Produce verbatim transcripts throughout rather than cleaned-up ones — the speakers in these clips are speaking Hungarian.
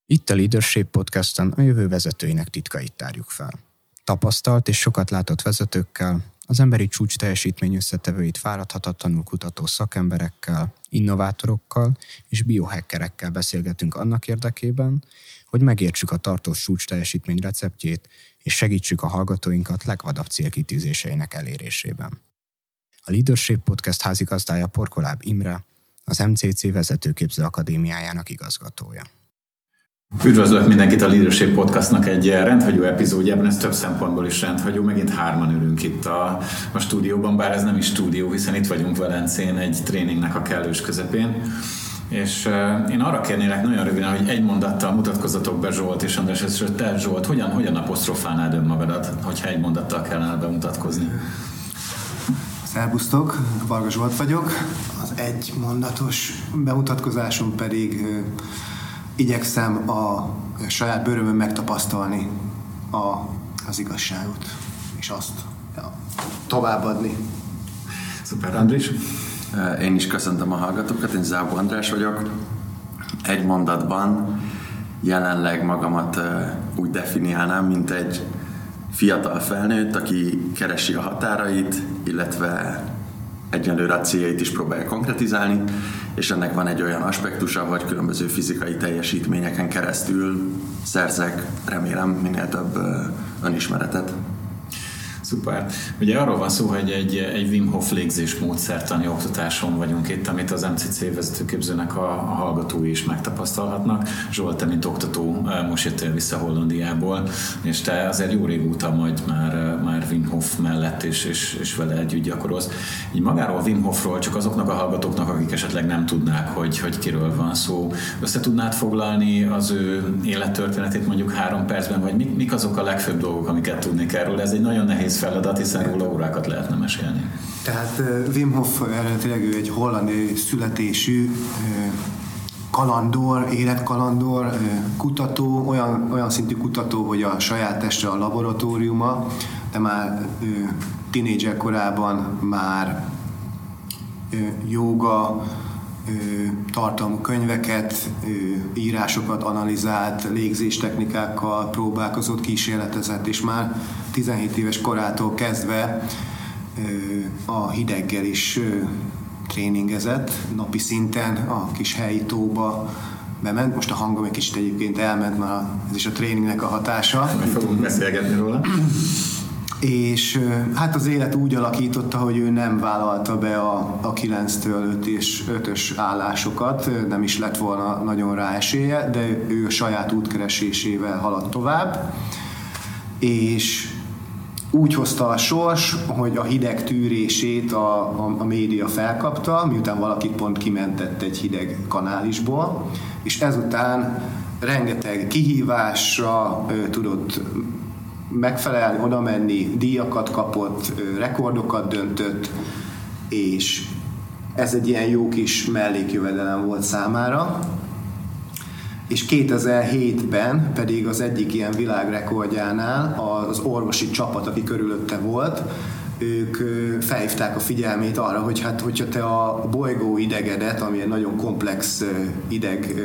Itt a Leadership Podcasten a jövő vezetőinek titkait tárjuk fel. Tapasztalt és sokat látott vezetőkkel, az emberi csúcs teljesítmény összetevőit fáradhatatlanul kutató szakemberekkel, innovátorokkal és biohackerekkel beszélgetünk annak érdekében, hogy megértsük a tartós csúcs teljesítmény receptjét és segítsük a hallgatóinkat legvadabb célkitűzéseinek elérésében. A Leadership Podcast házigazdája Porkoláb Imre, az em cé cé Vezetőképző Akadémiájának igazgatója. Üdvözlök mindenkit a Leadership Podcastnak egy rendhagyó epizódjában, ez több szempontból is rendhagyó, megint hárman ülünk itt a, a stúdióban, bár ez nem is stúdió, hiszen itt vagyunk Velencén egy tréningnek a kellős közepén. És uh, én arra kérnélek nagyon röviden, hogy egy mondattal mutatkozzatok be, Zsolt és András, és te, Zsolt, hogyan, hogyan apostrofálnád önmagadat, hogyha egy mondattal kellene bemutatkozni? Szerbusztok, Varga Zsolt vagyok, az egy mondatos bemutatkozásom pedig uh, igyekszem a saját bőrömön megtapasztalni a, az igazságot, és azt ja, továbbadni. Szuper, Andris? Én is köszöntöm a hallgatókat, én Zábó András vagyok. Egy mondatban jelenleg magamat úgy definiálnám, mint egy fiatal felnőtt, aki keresi a határait, illetve egyenlőre a céljait is próbálja konkretizálni, és ennek van egy olyan aspektusa, hogy különböző fizikai teljesítményeken keresztül szerzek, remélem, minél több önismeretet. Szuper. Ugye arról van szó, hogy egy, egy Wim Hof légzés módszertani oktatáson vagyunk itt, amit az em cé cé vezetőképzőnek a, a hallgatói is megtapasztalhatnak. Zsolt, te mint oktató most jöttél vissza Hollandiából, és te azért jó régóta majd már, már Wim Hof mellett és, és, és vele együtt gyakorolsz. Így magáról Wim Hofról csak azoknak a hallgatóknak, akik esetleg nem tudnák, hogy, hogy kiről van szó, össze tudnád foglalni az ő élettörténetét mondjuk három percben, vagy mik, mik azok a legfőbb dolgok, amiket tudni kell róla? Ez egy nagyon nehéz feladat, hiszen róla órákat lehetne mesélni. Tehát Wim Hof eredetileg ő egy hollandi születésű kalandor, életkalandor, kutató, olyan, olyan szintű kutató, hogy a saját teste a laboratóriuma, de már tínédzser korában már jóga, tartalmú könyveket, írásokat analizált, légzéstechnikákkal próbálkozott, kísérletezett, és már tizenhét éves korától kezdve a hideggel is tréningezett, napi szinten a kis helyi tóba bement. Most a hangom egy kicsit egyébként elment, mert ez is a tréningnek a hatása. Meg fogunk beszélgetni róla. És hát az élet úgy alakította, hogy ő nem vállalta be a, a kilenctől öt és ötös állásokat, nem is lett volna nagyon rá esélye, de ő a saját útkeresésével haladt tovább, és úgy hozta a sors, hogy a hideg tűrését a, a, a média felkapta, miután valakit pont kimentett egy hideg kanálisból, és ezután rengeteg kihívásra ő, tudott megfelelni, oda menni, díjakat kapott, rekordokat döntött, és ez egy ilyen jó kis mellékjövedelem volt számára. És kétezer-hétben pedig az egyik ilyen világrekordjánál az orvosi csapat, aki körülötte volt, ők felhívták a figyelmét arra, hogy hát, hogyha te a bolygó idegedet, ami egy nagyon komplex ideg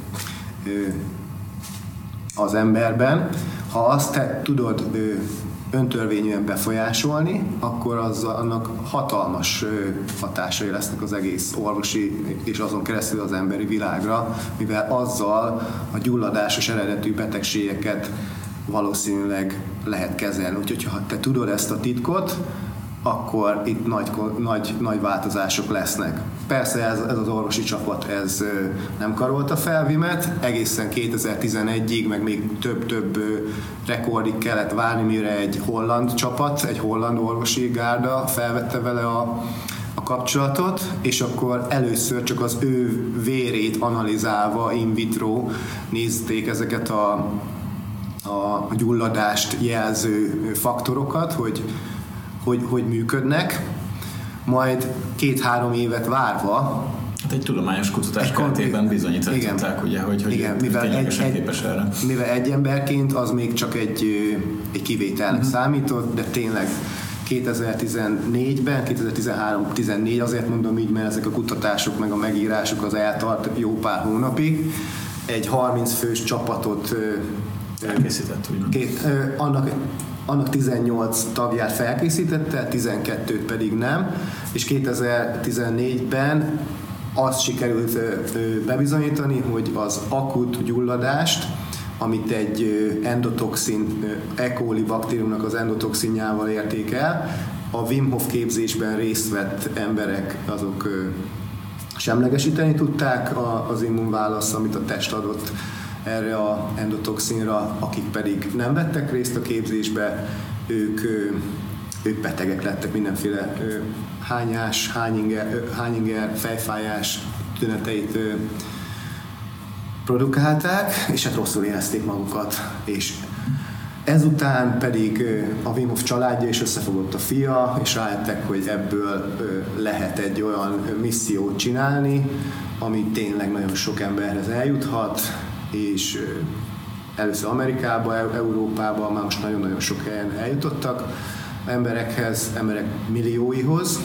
az emberben, ha azt te tudod öntörvényűen befolyásolni, akkor az, annak hatalmas hatásai lesznek az egész orvosi és azon keresztül az emberi világra, mivel azzal a gyulladásos eredetű betegségeket valószínűleg lehet kezelni. Úgyhogy ha te tudod ezt a titkot, akkor itt nagy, nagy, nagy változások lesznek. Persze ez, ez az orvosi csapat ez nem karolta fel Wimet, egészen kétezer-tizenegyig, meg még több-több rekordig kellett várni, mire egy holland csapat, egy holland orvosi gárda felvette vele a, a kapcsolatot, és akkor először csak az ő vérét analizálva in vitro nézték ezeket a, a gyulladást jelző faktorokat, hogy Hogy, hogy működnek, majd két-három évet várva. Hát egy tudományos kutatás keretében bizonyították, ugye, hogy, hogy igen, mivel ténylegesen egy, képes erre. Mivel egy emberként az még csak egy, egy kivételnek uh-huh. számított, de tényleg kétezer-tizennégyben, kétezer-tizenhárom-tizennégy azért mondom így, mert ezek a kutatások meg a megírások az eltart jó pár hónapig, egy harminc fős csapatot elkészített, két, annak, annak tizennyolc tagját felkészítette, tizenkettőt pedig nem, és kétezer-tizennégyben azt sikerült bebizonyítani, hogy az akut gyulladást, amit egy endotoxin, E. coli baktériumnak az endotoxinjával érték el, a Wim Hof képzésben részt vett emberek azok semlegesíteni tudták az immunválaszt, amit a test adott erre a endotoxinra, akik pedig nem vettek részt a képzésbe, ők, ők betegek lettek, mindenféle hányás, hányinger, hányinger fejfájás tüneteit produkálták, és hát rosszul érezték magukat. És ezután pedig a Wim Hof családja is összefogott a fia, és rájöttek, hogy ebből lehet egy olyan missziót csinálni, ami tényleg nagyon sok emberhez eljuthat, és először Amerikába, Európába, már most nagyon-nagyon sok helyen eljutottak emberekhez, emberek millióihoz,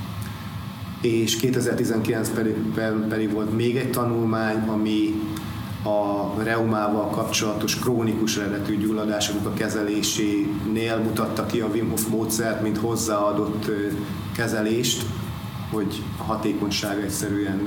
és kétezer-tizenkilencben pedig volt még egy tanulmány, ami a reumával kapcsolatos krónikus eredetű gyulladásoknak a kezelésénél mutatta ki a Wim Hof módszert, mint hozzáadott kezelést, hogy a hatékonysága egyszerűen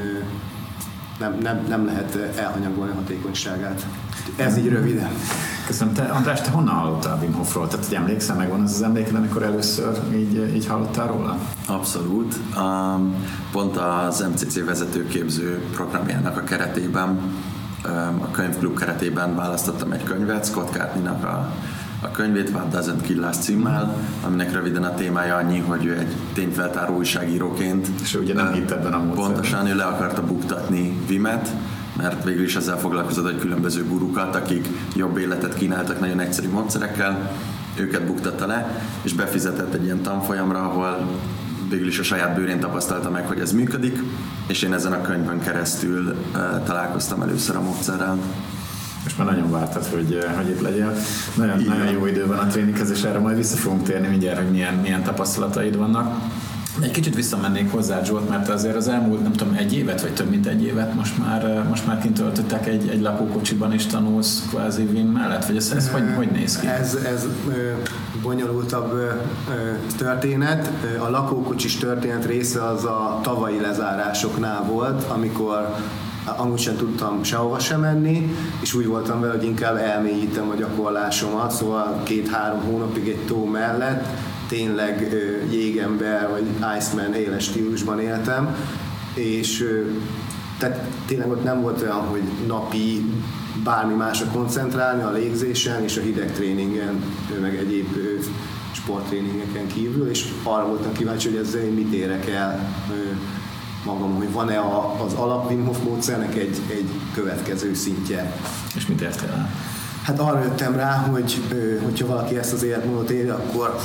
nem, nem, nem lehet elhanyagolni a hatékonyságát. Ez így röviden. Köszönöm. Te, András, te honnan hallottál Wim Hofról? Tehát, hogy emlékszel, megvan az az emléked, amikor először így, így hallottál róla? Abszolút. Um, pont az em cé cé vezetőképző programjának a keretében, um, a könyvklub keretében választottam egy könyvet, Scott Cartney-nak a, a könyvét, What Doesn't Kill Us címmel, aminek röviden a témája annyi, hogy ő egy tényfeltáró újságíróként. És ő ugye nem hitt ebben a módszerben. Pontosan, ő le akarta buktatni Wimet, mert végül is ezzel foglalkozott, hogy különböző gurukat, akik jobb életet kínáltak nagyon egyszerű módszerekkel, őket buktatta le, és befizetett egy ilyen tanfolyamra, ahol végül is a saját bőrén tapasztalta meg, hogy ez működik, és én ezen a könyvön keresztül uh, találkoztam először a módszerrel. És már nagyon vártad, hogy, hogy itt legyél. Nagyon, nagyon jó időben a tréninghez, és erre majd vissza fogunk térni mindjárt, hogy milyen, milyen tapasztalataid vannak. Egy kicsit visszamennék hozzá, Zsolt, mert azért az elmúlt, nem tudom, egy évet, vagy több mint egy évet most már, most már kint töltöttek egy, egy lakókocsiban, és tanulsz kvázi Wim mellett, vagy ez, ez hogy, hogy néz ki? Ez, ez bonyolultabb történet. A lakókocsis történet része az a tavalyi lezárásoknál volt, amikor amúgy sem tudtam sehova sem menni, és úgy voltam vele, hogy inkább elmélyítem a gyakorlásomat, szóval két-három hónapig egy tó mellett tényleg uh, jégember vagy Iceman éles stílusban éltem, és uh, tehát tényleg ott nem volt olyan, hogy napi bármi másra koncentrálni, a légzésen és a hideg tréningen, meg egyéb uh, sporttréningeken kívül, és arra voltam kíváncsi, hogy ezzel én mit érek el uh, magam, hogy van-e a, az alap Wim Hof módszernek egy, egy következő szintje. És mit értél el? Hát arra jöttem rá, hogy hogyha valaki ezt az életmódot éli, akkor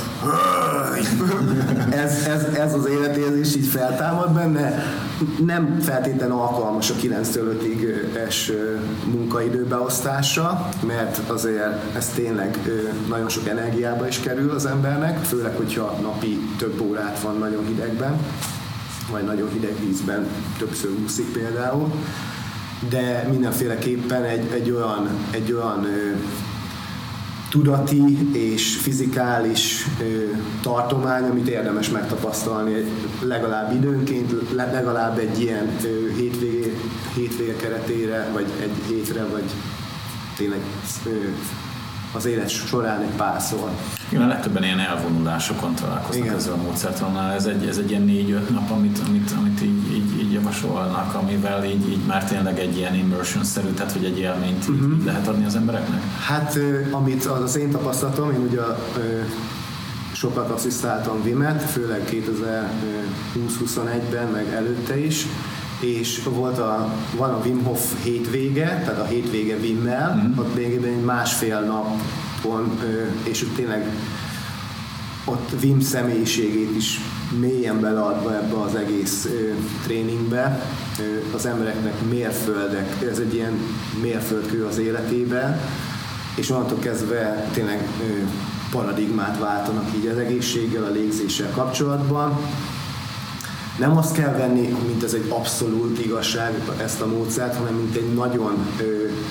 ez, ez, ez az életérzés így feltámad benne. Nem feltétlenül alkalmas a kilenctől ötig-es munkaidőbeosztásra, mert azért ez tényleg nagyon sok energiába is kerül az embernek, főleg, hogyha napi több órát van nagyon hidegben, vagy nagyon hideg vízben, többször úszik például. De mindenféleképpen egy, egy olyan, egy olyan ö, tudati és fizikális ö, tartomány, amit érdemes megtapasztalni legalább időnként, legalább egy ilyen ö, hétvége, hétvége keretére, vagy egy hétre, vagy tényleg ö, az élet során egy párszor. Igen, a legtöbben ilyen elvonulásokon találkoznak Igen. ezzel a módszertannal. Ez egy, ez egy ilyen négy-öt nap, amit, amit, amit így, így, így javasolnak, amivel így, így már tényleg egy ilyen immersion-szerű, tehát hogy egy élményt uh-huh. így lehet adni az embereknek? Hát amit az, az én tapasztalatom, én ugye sokat asszisztáltam Wimet, főleg kétezer-húsz-huszonegyben, meg előtte is, és volt a, van a Wim Hof hétvége, tehát a hétvége Wimmel, mm-hmm. ott végében egy másfél napon, és ott tényleg ott Wim személyiségét is mélyen beleadva ebbe az egész tréningbe, az embereknek mérföldek, ez egy ilyen mérföldkő az életében, és onnantól kezdve tényleg paradigmát váltanak így az egészséggel, a légzéssel kapcsolatban. nem azt kell venni, mint ez egy abszolút igazság ezt a módszert, hanem mint egy nagyon ö,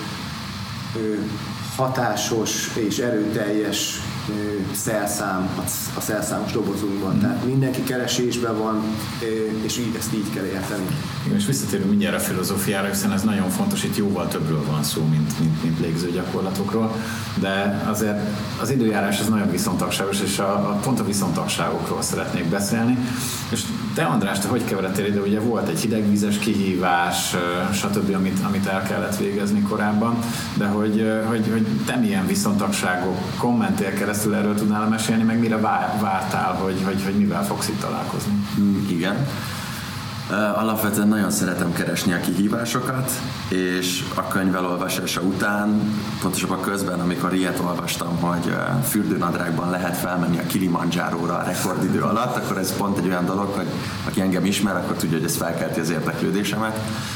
ö, hatásos és erőteljes ö, szerszám a, a szerszámos dobozunkban. Mm. Tehát mindenki keresésben van, ö, és így, ezt így kell érteni. Igen, és visszatérünk mindjárt a filozófiára, hiszen ez nagyon fontos, itt jóval többről van szó, mint, mint, mint légző gyakorlatokról, de azért az időjárás az nagyon viszontagságos, és a, a, pont a viszontagságokról szeretnék beszélni. És te, András, te hogy keveredtél ide? Ugye volt egy hidegvízes kihívás, stb., amit, amit el kellett végezni korábban, de hogy, hogy, hogy te milyen viszontagságokon mentél keresztül, erről tudnál mesélni, meg mire vártál, hogy, hogy, hogy mivel fogsz itt találkozni? Mm, igen. Alapvetően nagyon szeretem keresni a kihívásokat, és a könyv elolvasása után, pontosabban közben, amikor ilyet olvastam, hogy fürdőnadrágban lehet felmenni a Kilimanjáróra a rekordidő alatt, akkor ez pont egy olyan dolog, hogy aki engem ismer, akkor tudja, hogy ez felkelti az érdeklődésemet.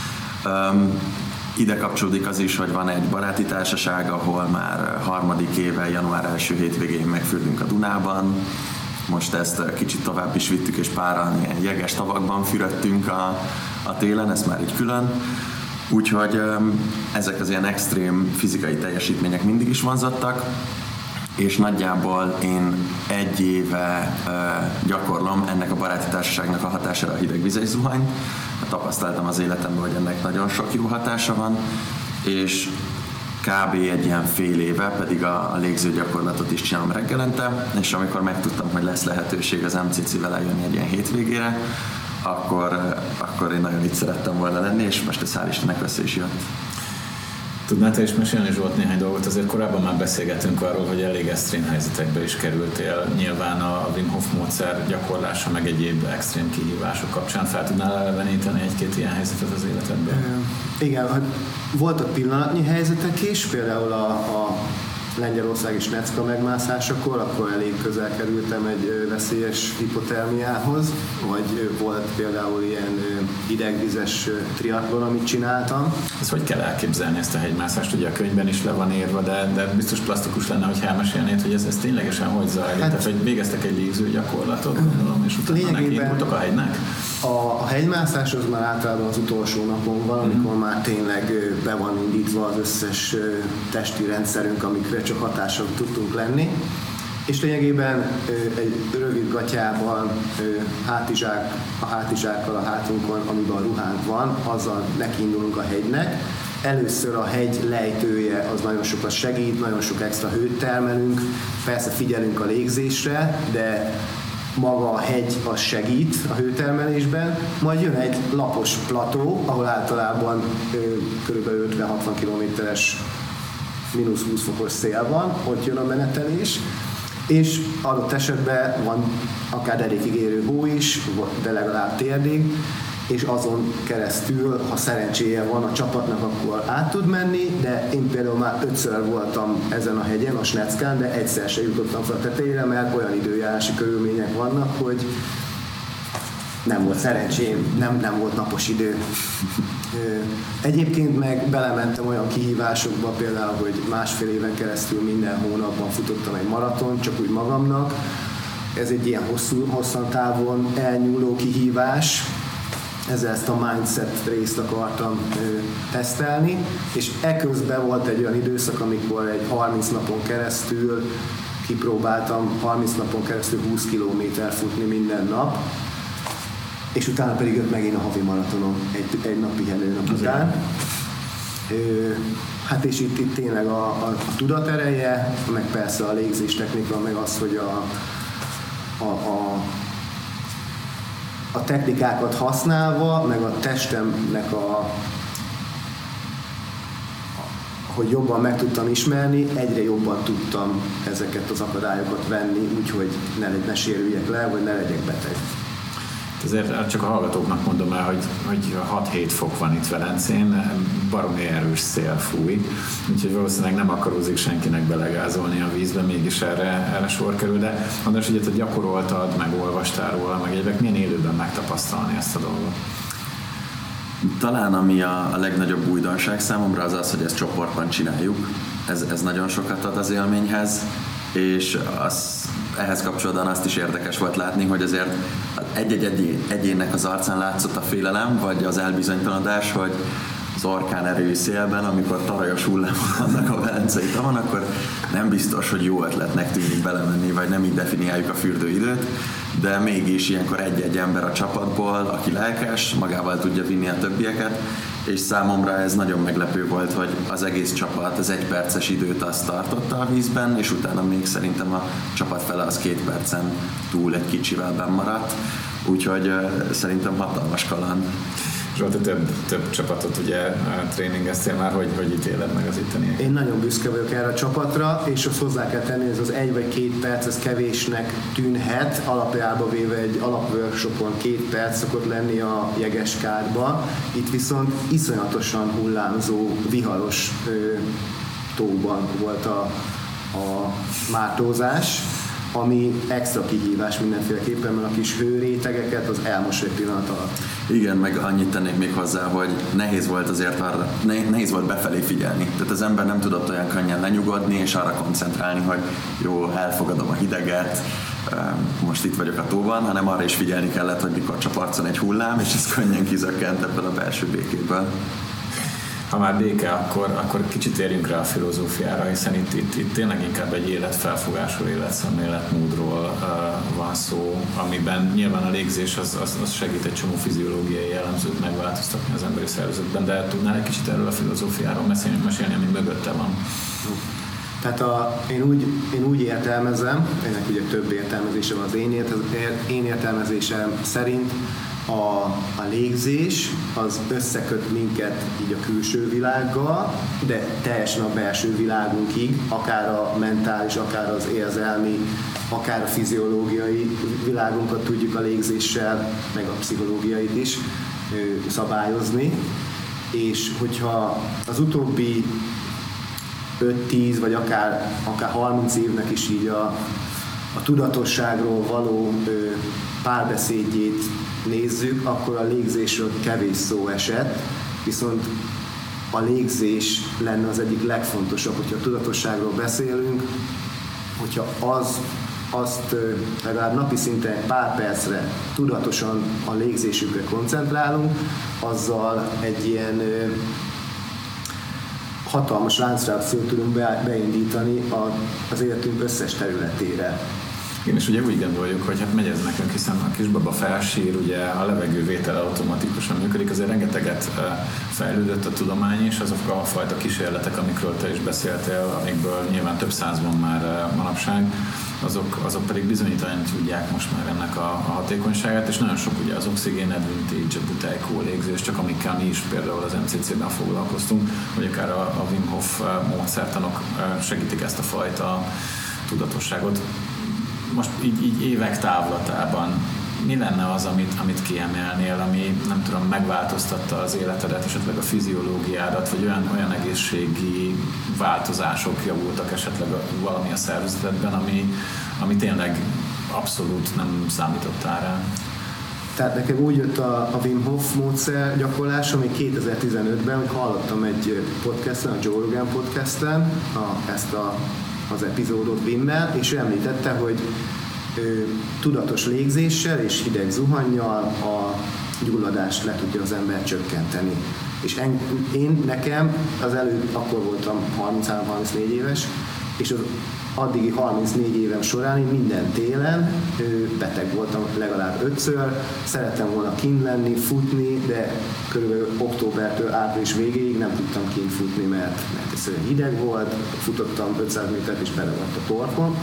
Um, ide kapcsolódik az is, hogy van egy baráti társaság, ahol már harmadik éve, január első hétvégén megfürdünk a Dunában. Most ezt kicsit tovább is vittük, és páran ilyen jeges tavakban fürödtünk a, a télen, ez már így külön. Úgyhogy ezek az ilyen extrém fizikai teljesítmények mindig is vonzottak, és nagyjából én egy éve gyakorlom ennek a baráti társaságnak a hatására a hidegvizes zuhanyt. Tapasztaltam az életemben, hogy ennek nagyon sok jó hatása van, és kb. Egy ilyen fél éve pedig a, a légző gyakorlatot is csinálom reggelente, és amikor megtudtam, hogy lesz lehetőség az em cé cé-vel eljönni egy ilyen hétvégére, akkor, akkor én nagyon itt szerettem volna lenni, és most ez hál' Istennek össze is jött. Tudnál te is mesélni, Zsolt, néhány dolgot? Azért korábban már beszélgetünk arról, hogy elég extrém helyzetekbe is kerültél. Nyilván a Wim Hof módszer gyakorlása, meg egyéb extrém kihívások kapcsán fel tudnál eleveníteni egy-két ilyen helyzetet az életedben? Igen, voltak pillanatnyi helyzetek is, például a, a Lengyelország és Necka megmászásakor, akkor elég közel kerültem egy veszélyes hipotermiához, vagy volt például ilyen hidegvizes triatlon, amit csináltam. Ez hogy kell elképzelni ezt a hegymászást? Ugye a könyvben is le van írva, de, de biztos plastikus lenne, hogy elmesélnéd, hogy ez, ez ténylegesen hogy zajlik. Hát, tehát, hogy végeztek egy légző gyakorlatot, gondolom, és utána nekiindultok a hegynek? A, a hegymászás az már általában az utolsó napon van, amikor mm. már tényleg be van indítva az összes testi rendszerünk, amikre csak hatással tudtunk lenni. És lényegében egy rövid gatyában, hátizsák, a hátizsákkal a hátunkon, amiben a ruhánk van, azzal nekiindulunk a hegynek. Először a hegy lejtője az nagyon sokat segít, nagyon sok extra hőt termelünk, persze figyelünk a légzésre, de maga a hegy az segít a hőtermelésben, majd jön egy lapos plató, ahol általában kb. ötven-hatvan kilométeres mínusz húsz fokos szél van, ott jön a menetelés, és adott esetben van akár derékig érő hó is, de legalább térdig, és azon keresztül, ha szerencséje van a csapatnak, akkor át tud menni, de én például már ötször voltam ezen a hegyen, a Sneckán, de egyszer se jutottam fel a tetejére, mert olyan időjárási körülmények vannak, hogy nem volt szerencsém, nem, nem volt napos idő. Egyébként meg belementem olyan kihívásokba, például, hogy másfél éven keresztül minden hónapban futottam egy maraton, csak úgy magamnak. Ez egy ilyen hosszú, hosszan távon elnyúló kihívás. Ezzel ezt a mindset részt akartam ö, tesztelni, és eközben volt egy olyan időszak, amikor egy harminc napon keresztül kipróbáltam harminc napon keresztül húsz kilométer futni minden nap, és utána pedig jött megint a havi maratonom egy, egy nap pihenőnap után. Ö, hát és itt, itt tényleg a, a, a tudatereje, meg persze a légzés technika, meg az, hogy a, a, a a technikákat használva, meg a testemnek a, hogy jobban meg tudtam ismerni, egyre jobban tudtam ezeket az akadályokat venni, úgyhogy ne, ne sérüljek le, vagy ne legyek beteg. Ezért csak a hallgatóknak mondom el, hogy, hogy hat-hét fok van itt Velencén, baromi erős szél fúj, úgyhogy valószínűleg nem akarózik senkinek belegázolni a vízbe, mégis erre, erre sor kerül, de András, ugye te gyakoroltad, meg olvastál róla, meg egyébként milyen élőben megtapasztalni ezt a dolgot? Talán ami a, a legnagyobb újdonság számomra az az, hogy ezt csoportban csináljuk. Ez, ez nagyon sokat ad az élményhez, és az, ehhez kapcsolódóan azt is érdekes volt látni, hogy azért egy-egy egyénnek az arcán látszott a félelem, vagy az elbizonytalanodás, hogy az orkán erős szélben, amikor tarajos hullámok vannak a Velencei tavon, akkor nem biztos, hogy jó ötletnek tűnik belemenni, vagy nem így definiáljuk a fürdőidőt, de mégis ilyenkor egy-egy ember a csapatból, aki lelkes, magával tudja vinni a többieket, és számomra ez nagyon meglepő volt, hogy az egész csapat az egy perces időt azt tartotta a vízben, és utána még szerintem a csapat fele az két percen túl egy kicsivel benn maradt, úgyhogy uh, szerintem hatalmas kaland. Zsolt, több, több csapatot ugye tréningeztél már, hogy, hogy ítéled meg az itteniek? Én nagyon büszke vagyok erre a csapatra, és azt hozzá kell tenni, hogy ez az egy vagy két perc, ez kevésnek tűnhet, alapjába véve egy alapworkshopon két perc szokott lenni a Jegeskárban. Itt viszont iszonyatosan hullámzó, viharos ö, tóban volt a, a mártózás, ami extra kihívás mindenféleképpen, mert a kis hőrétegeket az elmos egy pillanat alatt. Igen, meg annyit tennék még hozzá, hogy nehéz volt azért arra, nehéz volt befelé figyelni. Tehát az ember nem tudott olyan könnyen lenyugodni, és arra koncentrálni, hogy jó, elfogadom a hideget, most itt vagyok a tóban, hanem arra is figyelni kellett, hogy mikor csap arcon egy hullám, és ez könnyen kizökkent ebből a belső békéből. Ha már béke, akkor, akkor kicsit térjünk rá a filozófiára, hiszen itt, itt, itt tényleg inkább egy életfelfogásról, életszemléletmódról uh, van szó, amiben nyilván a légzés az, az, az segít egy csomó fiziológiai jellemzőt megváltoztatni az emberi szervezetben, de tudnál egy kicsit erről a filozófiáról mesélni, mesélni ami mögötte van? Tehát a, én, úgy, én úgy értelmezem, ennek ugye több értelmezése van az én, ért, én értelmezésem szerint, A, a légzés az összeköt minket így a külső világgal, de teljesen a belső világunkig, akár a mentális, akár az érzelmi, akár a fiziológiai világunkat tudjuk a légzéssel, meg a pszichológiait is ö, szabályozni. És hogyha az utóbbi öt-tíz vagy akár, akár harminc évnek is így a, a tudatosságról való ö, párbeszédjét nézzük, akkor a légzésről kevés szó esett, viszont a légzés lenne az egyik legfontosabb, hogyha a tudatosságról beszélünk, hogyha az, azt legalább napi szinten pár percre tudatosan a légzésünkre koncentrálunk, azzal egy ilyen hatalmas láncreakciót tudunk beindítani az életünk összes területére. Igen, és ugye úgy gondoljuk, hogy hát megy ez nekünk, hiszen a kisbaba felsír, ugye a levegővétel automatikusan működik, azért rengeteget fejlődött a tudomány, és azok a fajta kísérletek, amikről te is beszéltél, amikből nyilván több száz van már manapság, azok, azok pedig bizonyítani tudják most már ennek a, a hatékonyságát, és nagyon sok ugye az oxigén advantage, a buteikó légzés, csak amikkel mi is például az em cé cé-ben foglalkoztunk, vagy akár a, a Wim Hof módszertanok segítik ezt a fajta tudatosságot. Most így, így évek távlatában mi lenne az, amit, amit kiemelnél, ami nem tudom, megváltoztatta az életedet, esetleg a fiziológiádat, vagy olyan, olyan egészségi változások javultak esetleg valami a szervezetedben, ami, ami tényleg abszolút nem számítottál rá? Tehát nekem úgy jött a, a Wim Hof módszer gyakorlás, ami kétezer-tizenötben, hogy hallottam egy podcasten, a Joe Rogan podcasten, a, ezt a az epizódot Wimmel, és ő említette, hogy ő, tudatos légzéssel és hideg zuhannyal a gyulladást le tudja az ember csökkenteni. És en, én nekem az előtt, akkor voltam harminchárom-harmincnégy éves, és az addigi harmincnégy évem során én minden télen beteg voltam legalább ötször, szerettem volna kint lenni, futni, de körülbelül októbertől április végéig nem tudtam kint futni, mert, mert egyszerűen hideg volt, futottam ötszáz métert és belemaradt a torkom,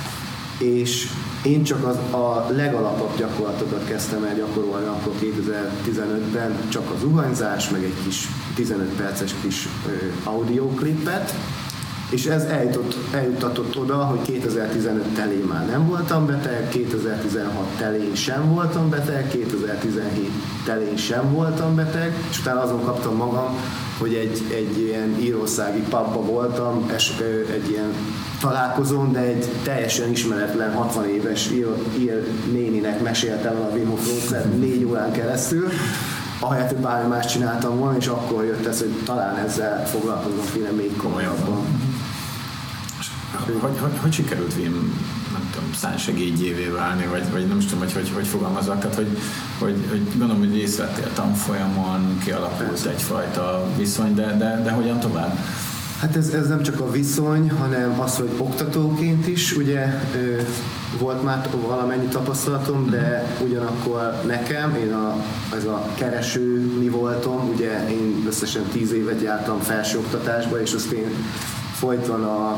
és én csak az, a legalapabb gyakorlatokat kezdtem el gyakorolni akkor kétezer-tizenötben, csak a zuhanyzás, meg egy kis tizenöt perces kis audióklipet, és ez eljutott, eljuttatott oda, hogy kétezer-tizenöt telén már nem voltam beteg, kétezer-tizenhat telén sem voltam beteg, kétezer-tizenhét telén sem voltam beteg, és utána azon kaptam magam, hogy egy, egy ilyen írországi pubba voltam, egy ilyen találkozón, de egy teljesen ismeretlen hatvan éves ír, ír néninek meséltem a Wim Hof módszert négy órán keresztül, ahelyett, hogy bármi más csináltam volna, és akkor jött ez, hogy talán ezzel foglalkozom kéne még komolyabban. Hogy, hogy, hogy, hogy sikerült Wim, nem tudom, szánsegédjévé válni, vagy, vagy nem is tudom, hogy hogy, hogy fogalmazok, tehát hogy, hogy, hogy gondolom, hogy részt vettél tanfolyamon, kialakult Persze. egyfajta viszony, de, de, de hogyan tovább? Hát ez, ez nem csak a viszony, hanem az, hogy oktatóként is ugye volt már valamennyi tapasztalatom, de ugyanakkor nekem, én a, ez a kereső mi voltam, ugye én összesen tíz évet jártam felsőoktatásba, és azt én folyton a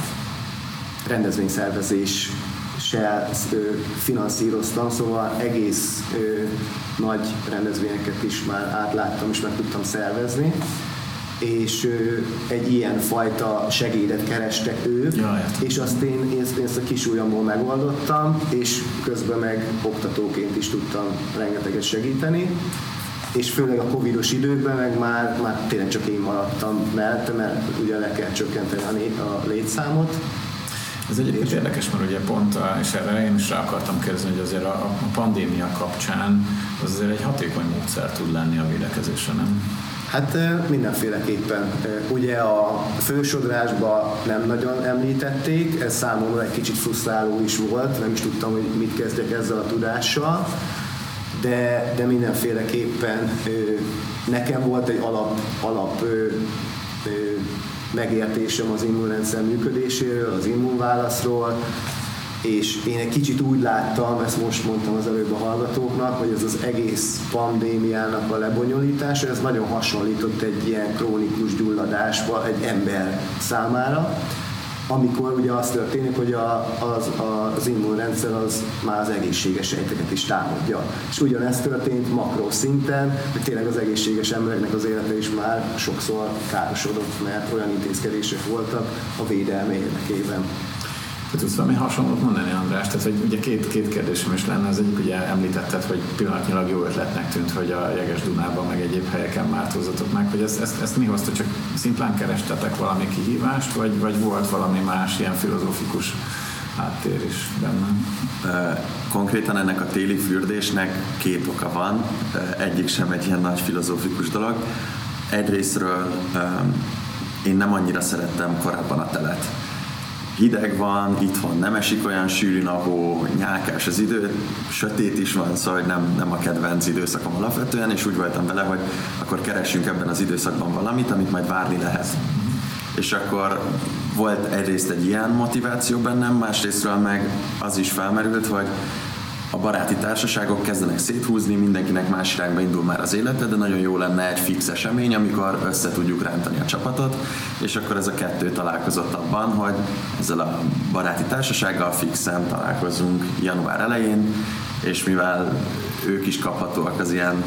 rendezvényszervezéssel finanszíroztam, szóval egész ö, nagy rendezvényeket is már átláttam, és meg tudtam szervezni, és ö, egy ilyen fajta segédet kerestek ők, Jaj. és azt én, én, én ezt a kis ujjamból megoldottam, és közben meg oktatóként is tudtam rengeteget segíteni, és főleg a covidos időkben meg már, már tényleg csak én maradtam mellette, mert ugye le kell csökkenteni a, né- a létszámot. Ez egyébként érdekes, mert ugye pont, a, és erre én is rá akartam kérdezni, hogy azért a, a pandémia kapcsán az azért egy hatékony módszer tud lenni a védekezésre, nem? Hát mindenféleképpen. Ugye a fősodrásban nem nagyon említették, ez számomra egy kicsit frusztráló is volt, nem is tudtam, hogy mit kezdjek ezzel a tudással, de, de mindenféleképpen nekem volt egy alap, alap megértésem az immunrendszer működéséről, az immunválaszról, és én egy kicsit úgy láttam, ezt most mondtam az előbb a hallgatóknak, hogy ez az egész pandémiának a lebonyolítása, ez nagyon hasonlított egy ilyen krónikus gyulladásba egy ember számára, amikor ugye az történik, hogy a, az, az immunrendszer az már az egészséges sejteket is támadja. És ugyanezt történt makroszinten, hogy tényleg az egészséges embereknek az élete is már sokszor károsodott, mert olyan intézkedések voltak a védelme érdekében. Te tudsz valami hasonlót mondani, András? Tehát, hogy ugye két, két kérdésem is lenne. Az egyik, ugye említetted, hogy pillanatnyilag jó ötletnek tűnt, hogy a Jeges-Dunában meg egyéb helyeken mártózzatok meg, hogy ezt, ezt, ezt mi hozta? Csak szimplán kerestetek valami kihívást, vagy, vagy volt valami más ilyen filozófikus háttér is benne? Konkrétan ennek a téli fürdésnek két oka van. Egyik sem egy ilyen nagy filozófikus dolog. Egyrésztről én nem annyira szerettem korábban a telet. Hideg van, itthon nem esik olyan sűrűn a hó, nyálkás az idő, sötét is van, szóval nem, nem a kedvenc időszakom alapvetően, és úgy voltam vele, hogy akkor keressünk ebben az időszakban valamit, amit majd várni lehet. És akkor volt egyrészt egy ilyen motiváció bennem, másrésztről meg az is felmerült, hogy a baráti társaságok kezdenek széthúzni, mindenkinek más irányba indul már az élete, de nagyon jó lenne egy fix esemény, amikor össze tudjuk rántani a csapatot, és akkor ez a kettő találkozott abban, hogy ezzel a baráti társasággal fixen találkozunk január elején, és mivel ők is kaphatóak az ilyen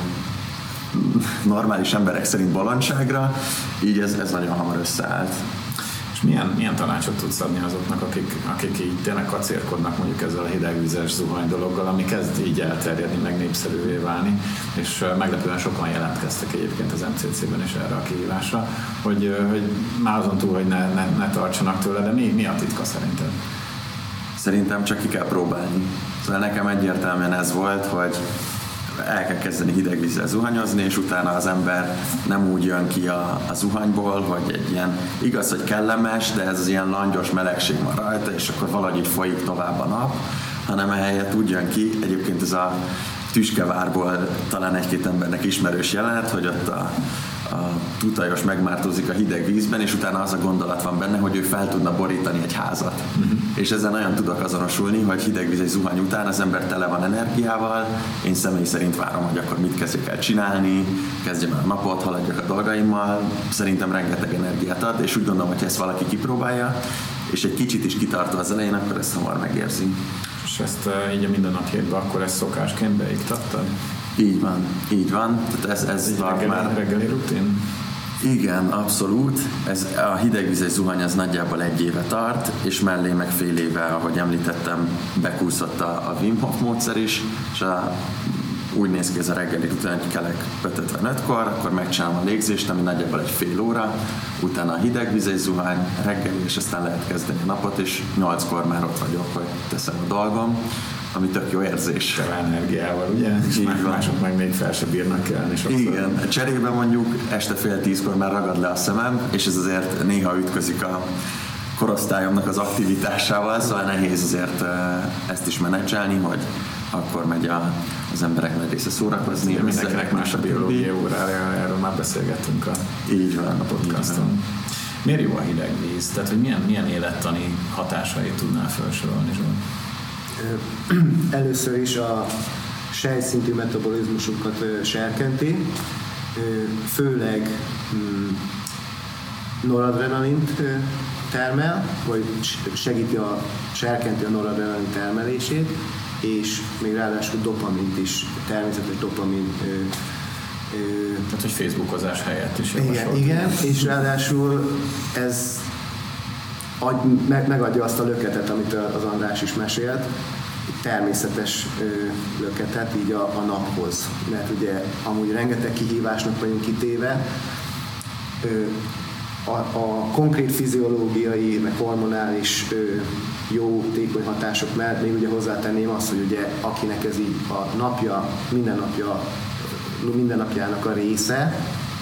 normális emberek szerint bolondságra, így ez, ez nagyon hamar összeállt. És milyen, milyen tanácsot tudsz adni azoknak, akik, akik így tényleg kacérkodnak mondjuk ezzel a hidegvizes zuhany dologgal, ami kezd így elterjedni, meg népszerűvé válni, és meglepően sokan jelentkeztek egyébként az em cé cé-ben is erre a kihívásra, hogy, hogy már azon túl, hogy ne, ne, ne tartsanak tőle, de mi, mi a titka szerinted? Szerintem csak ki kell próbálni. Szóval nekem egyértelműen ez volt, hogy el kell kezdeni hideg vízzel zuhanyozni, és utána az ember nem úgy jön ki a, a zuhanyból, hogy egy ilyen, igaz, hogy kellemes, de ez az ilyen langyos melegség van rajta, és akkor valahogy itt folyik tovább a nap, hanem ehelyett úgy jön ki, egyébként ez a Tüskevárból talán egy-két embernek ismerős jelenet, hogy ott a, a tutajos megmártózik a hideg vízben, és utána az a gondolat van benne, hogy ő fel tudna borítani egy házat. Uh-huh. És ezzel nagyon tudok azonosulni, hogy hidegvíz egy zuhany után az ember tele van energiával, én személy szerint várom, hogy akkor mit kezdjek el csinálni, kezdjem el a napot, haladjak a dolgaimmal, szerintem rengeteg energiát ad, és úgy gondolom, hogy ezt valaki kipróbálja, és egy kicsit is kitartó az elején, akkor ezt hamar megérzi. És ezt így a mindennapjaidban akkor ezt szokásként beiktattad? Így van, így van. Tehát ez, ez reggeli, már reggeli rutin? Igen, abszolút. Ez, a hidegvizes zuhany az nagyjából egy éve tart, és mellé meg fél éve, ahogy említettem, bekúszott a, a Wim Hof módszer is, és a, úgy néz ki ez a reggeli rutin, hogy kelek ötvenötkor, akkor megcsinálom a légzést, ami nagyjából egy fél óra, utána a hidegvizes zuhany, reggeli, és aztán lehet kezdeni a napot, és nyolckor már ott vagyok, hogy teszem a dolgom, ami tök jó érzés. Tele energiával, ugye? És így mások meg még fel se bírnak kelni sokszor. Igen, cserében mondjuk este fél tízkor már ragad le a szemem, és ez azért néha ütközik a korosztályomnak az aktivitásával, szóval nehéz azért ezt is menedzselni, hogy akkor megy a, az emberek nagy része szórakozni. Mindenkinek más a biológia órára, erről már beszélgettünk a, így van, a podcaston. Miért jó a hideg víz? Tehát, hogy milyen, milyen élettani hatásait tudnál felsorolni, Zsolt? Először is a sejtszintű metabolizmusokat serkenti, főleg noradrenalint termel, vagy segíti a, serkenti a noradrenalin termelését, és még ráadásul dopamint is, természetes dopamin. Ö, ö, Tehát, hogy Facebookozás helyett is javasolt. Igen, igen, és ráadásul ez ad, meg, megadja azt a löketet, amit az András is mesélt, természetes ö, löketet így a, a naphoz, mert ugye amúgy rengeteg kihívásnak vagyunk kitéve, ö, A, a konkrét fiziológiai, meg hormonális ö, jó, tékony hatások mellett még ugye hozzátenném azt, hogy ugye akinek ez így a napja, minden napja, minden napjának a része,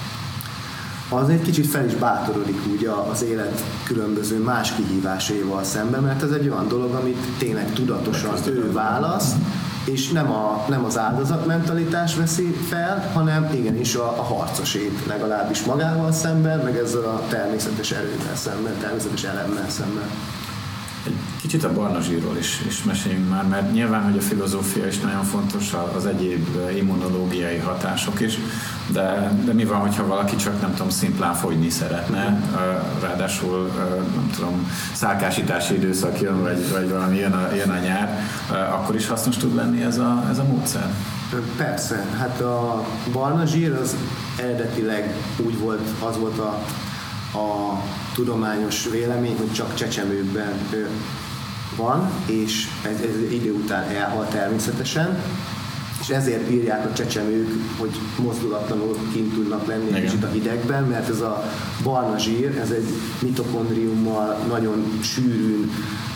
az egy kicsit fel is bátorodik ugye az élet különböző más kihívásaival szemben, mert ez egy olyan dolog, amit tényleg tudatosan ő választ, és nem, a, nem az áldozatmentalitás veszi fel, hanem igenis a, a harcosét, legalábbis magával szemben, meg ezzel a természetes erővel szemben, természetes elemmel szemben. Egy kicsit a barna zsírról is, is meséljünk már, mert nyilván, hogy a filozófia is nagyon fontos, az egyéb immunológiai hatások is, de, de mi van, hogyha valaki csak, nem tudom, szimplán fogyni szeretne, ráadásul, nem tudom, szálkásítási időszak jön, vagy, vagy valami jön a, jön a nyár, akkor is hasznos tud lenni ez a, ez a módszer? Persze, hát a barna zsír az eredetileg úgy volt, az volt a, a tudományos vélemény, hogy csak csecsemőkben van, és ez, ez idő után elhal természetesen, és ezért írják a csecsemők, hogy mozdulatlanul kint tudnak lenni egy kicsit a hidegben, mert ez a barna zsír, ez egy mitokondriummal nagyon sűrűn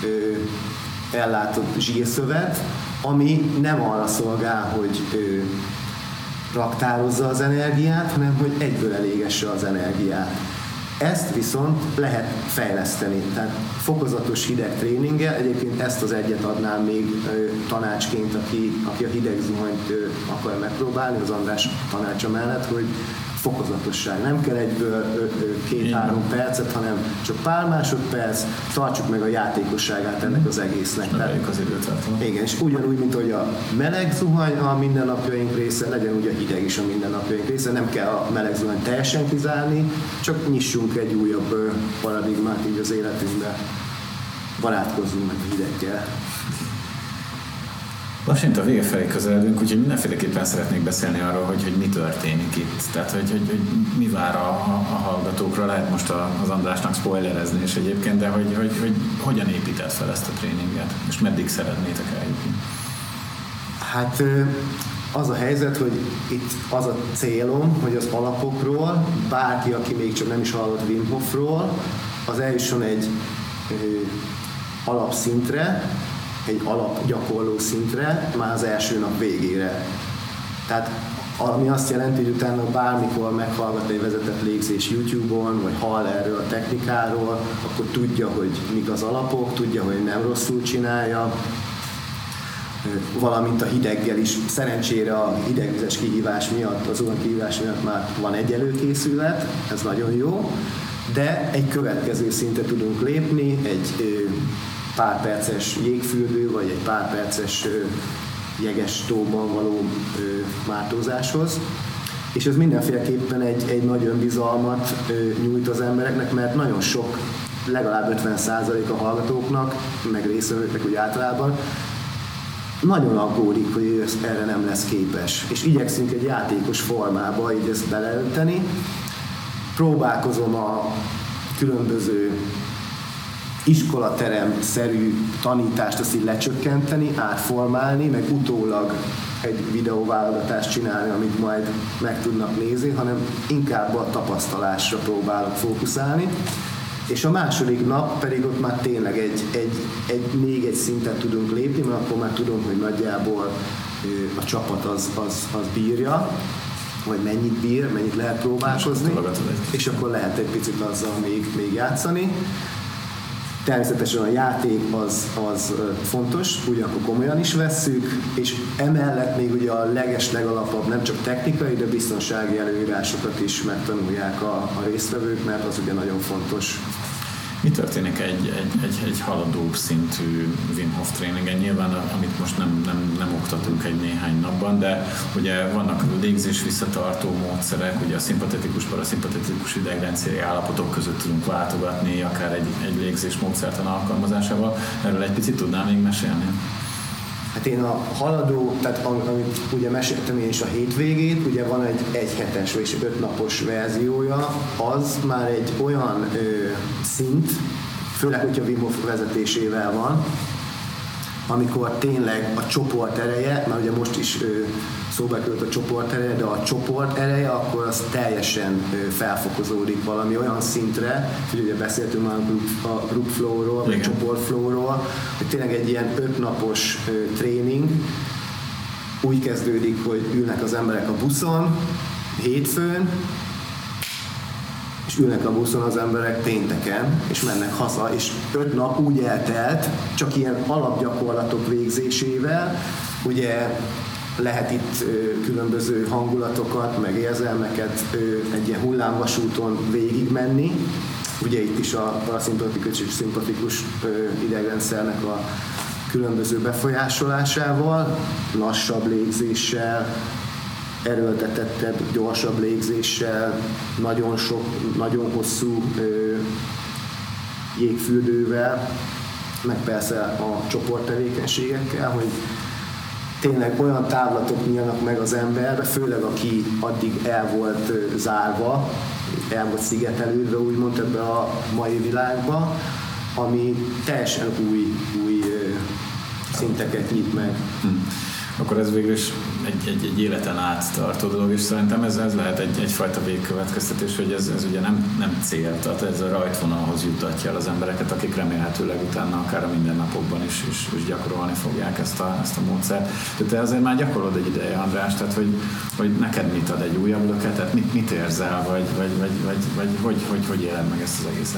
ö, ellátott zsírszövet, ami nem arra szolgál, hogy ö, raktározza az energiát, hanem hogy egyből elégesse az energiát. Ezt viszont lehet fejleszteni, tehát fokozatos hideg tréninggel, egyébként ezt az egyet adnám még ö, tanácsként, aki, aki a hideg zuhanyt ö, akar megpróbálni, az András tanácsa mellett, hogy fokozatosság. Nem kell egyből két-három percet, hanem csak pár másodperc, tartsuk meg a játékosságát ennek az egésznek. Neveljük az időtartamot. Igen, és ugyanúgy, mint hogy a meleg zuhany a mindennapjaink része, legyen ugye a hideg is a mindennapjaink része, nem kell a meleg zuhany teljesen kizárni, csak nyissunk egy újabb paradigmát így az életünkbe. Barátkozzunk meg a hideggel. Lassan a vége felé közeledünk, úgyhogy mindenféleképpen szeretnék beszélni arról, hogy, hogy mi történik itt. Tehát, hogy, hogy, hogy mi vár a, a hallgatókra, lehet most az Andrásnak spoilerezni is egyébként, de hogy, hogy, hogy hogyan épített fel ezt a tréninget, és meddig szeretnétek eljutni? Hát az a helyzet, hogy itt az a célom, hogy az alapokról, bárki, aki még csak nem is hallott Wim Hofról, az eljusson egy ö, alapszintre, egy alapgyakorló szintre már az első nap végére. Tehát ami azt jelenti, hogy utána bármikor meghallgat egy vezetett légzés YouTube-on, vagy hall erről a technikáról, akkor tudja, hogy mik az alapok, tudja, hogy nem rosszul csinálja, valamint a hideggel is. Szerencsére a hidegvizes kihívás miatt, az olyan kihívás miatt már van egy előkészület, ez nagyon jó, de egy következő szintre tudunk lépni, egy pár perces jégfürdő, vagy egy pár perces jeges tóban való mártózáshoz. És ez mindenféleképpen egy, egy nagy önbizalmat nyújt az embereknek, mert nagyon sok, legalább ötven százalék a hallgatóknak, meg résztvevőknek úgy általában, nagyon aggódik, hogy ő erre nem lesz képes. És igyekszünk egy játékos formába így ezt beleönteni. Próbálkozom a különböző iskolaterem-szerű tanítást azt így lecsökkenteni, átformálni, meg utólag egy videóválogatást csinálni, amit majd meg tudnak nézni, hanem inkább a tapasztalásra próbálok fókuszálni. És a második nap pedig ott már tényleg egy, egy, egy, még egy szintet tudunk lépni, mert akkor már tudom, hogy nagyjából a csapat az, az, az bírja, vagy mennyit bír, mennyit lehet próbálkozni, és akkor lehet egy picit azzal még, még játszani. Természetesen a játék az, az fontos, ugyanakkor komolyan is vesszük, és emellett még ugye a leges legalapabb nem csak technikai, de biztonsági előírásokat is megtanulják a, a résztvevők, mert az ugye nagyon fontos. Mi történik egy, egy, egy, egy haladóbb szintű Wim Hof tréningen? Nyilván, amit most nem, nem, nem oktatunk egy néhány napban, de ugye vannak légzés visszatartó módszerek, ugye a szimpatetikus, paraszimpatetikus idegrendszeri állapotok között tudunk váltogatni, akár egy, egy légzés módszertan alkalmazásával. Erről egy picit tudnál még mesélni? Hát én a haladó, tehát amit ugye meséltem én is a hétvégét, ugye van egy egyhetes és ötnapos verziója, az már egy olyan ö, szint, főleg, hogyha Wim Hof vezetésével van, amikor tényleg a csoport ereje, mert ugye most is ö, szóba került a csoport ereje, de a csoport ereje, akkor az teljesen ö, felfokozódik valami olyan szintre, hogy ugye beszéltünk már a group flow-ról, vagy csoport flow-ról, hogy tényleg egy ilyen ötnapos ö, tréning úgy kezdődik, hogy ülnek az emberek a buszon, hétfőn, és ülnek a buszon az emberek pénteken, és mennek haza, és öt nap úgy eltelt, csak ilyen alapgyakorlatok végzésével, ugye lehet itt ö, különböző hangulatokat, meg érzelmeket ö, egy ilyen hullámvasúton végigmenni, ugye itt is a paraszimpatikus és szimpatikus ö, idegrendszernek a különböző befolyásolásával, lassabb légzéssel, erőltetettebb, gyorsabb légzéssel, nagyon sok, nagyon hosszú ö, jégfürdővel, meg persze a csoporttevékenységekkel, hogy tényleg olyan távlatok nyílnak meg az emberbe, főleg aki addig el volt ö, zárva, el volt szigetelődve, úgymond ebbe a mai világba, ami teljesen új, új ö, szinteket nyit meg. Hmm. Akkor ez végül is egy, egy, egy életen át tartó dolog, és szerintem ez, ez lehet egy, egyfajta végkövetkeztetés, hogy ez, ez ugye nem, nem cél, tehát ez a rajtvonalhoz jutatja el az embereket, akik remélhetőleg utána akár a mindennapokban is, is, is gyakorolni fogják ezt a, ezt a módszert. De te azért már gyakorolod egy ideje, András, tehát hogy, hogy neked mit ad egy újabb löketet, mit, mit érzel, vagy, vagy, vagy, vagy, vagy hogy, hogy, hogy éled meg ezt az egészet?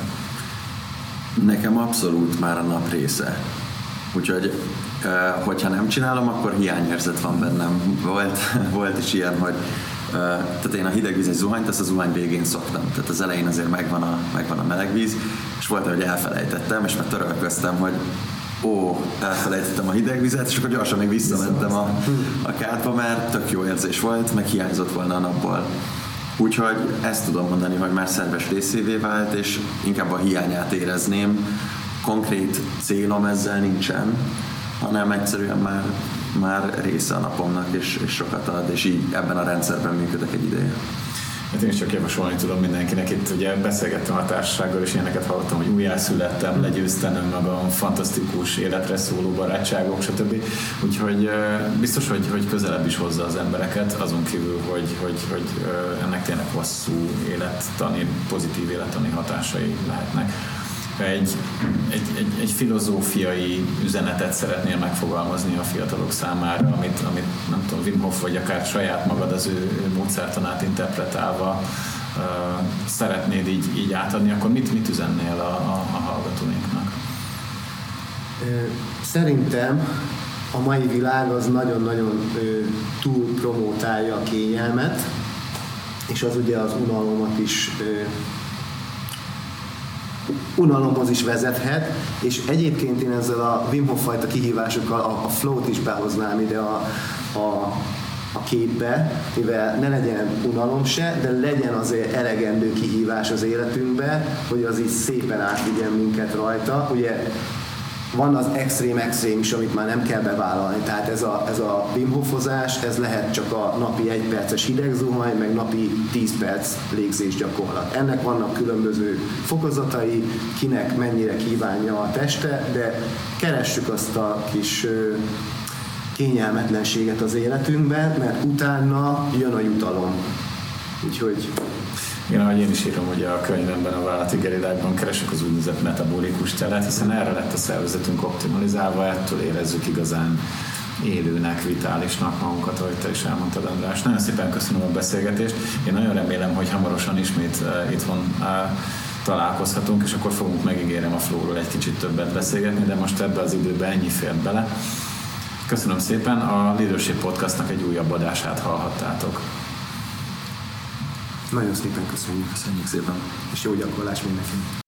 Nekem abszolút már a nap része. Úgyhogy hogyha nem csinálom, akkor hiányérzet van bennem. Volt, volt is ilyen, hogy tehát én a hideg víz egy zuhanyt, ezt a zuhany végén szoktam. Tehát az elején azért megvan a, megvan a meleg víz, és volt, hogy elfelejtettem, és meg törölköztem, hogy ó, elfelejtettem a hideg vizet, és akkor gyorsan még visszamentem a, a kádba, mert tök jó érzés volt, meg hiányzott volna a napból. Úgyhogy ezt tudom mondani, hogy már szerves részévé vált, és inkább a hiányát érezném. Konkrét célom ezzel nincsen, hanem egyszerűen már, már része a napomnak, és, és sokat ad, és így ebben a rendszerben működök egy ideje. Hát én is csak javasolni tudom mindenkinek. Itt ugye beszélgettem a társasággal, és ilyeneket hallottam, hogy újjászülettem, legyőztem önmagam, fantasztikus életre szóló barátságok, stb. Úgyhogy biztos, hogy, hogy közelebb is hozza az embereket, azon kívül, hogy, hogy, hogy ennek tényleg hosszú élettani, pozitív élettani hatásai lehetnek. Egy, egy, egy, egy filozófiai üzenetet szeretnél megfogalmazni a fiatalok számára, amit, amit nem tudom, Wim Hof vagy akár saját magad az ő módszertanát interpretálva uh, szeretnéd így, így átadni, akkor mit, mit üzennél a, a, a hallgatóinknak? Szerintem a mai világ az nagyon-nagyon túl promótálja a kényelmet, és az ugye az unalommat is unalomhoz is vezethet, és egyébként én ezzel a Wim Hof fajta kihívásokkal a, a flow-t is behoznám ide a, a, a képbe, mivel ne legyen unalom se, de legyen azért elegendő kihívás az életünkbe, hogy az így szépen átvigyen minket rajta. Ugye van az extrém-extrém is, amit már nem kell bevállalni, tehát ez a, ez a Wim Hofozás, ez lehet csak a napi egy perces hidegzuhany, meg napi tíz perc légzés gyakorlat. Ennek vannak különböző fokozatai, kinek mennyire kívánja a teste, de keressük azt a kis kényelmetlenséget az életünkben, mert utána jön a jutalom. Úgyhogy igen, ahogy én is írom, hogy a könyvemben, a vállalati geridákban keresek az úgynevezett metabolikus telet, hiszen erre lett a szervezetünk optimalizálva, ettől érezzük igazán élőnek, vitálisnak magunkat, ahogy te is elmondtad, András. Nagyon szépen köszönöm a beszélgetést. Én nagyon remélem, hogy hamarosan ismét uh, itthon uh, találkozhatunk, és akkor fogunk, megígérem, a Flow-ról egy kicsit többet beszélgetni, de most ebbe az időben ennyi fért bele. Köszönöm szépen, a Leadership Podcastnak egy újabb adását hallhattátok. Nagyon szépen köszönjük. Köszönjük szépen. És jó gyakorlás mindenkinek.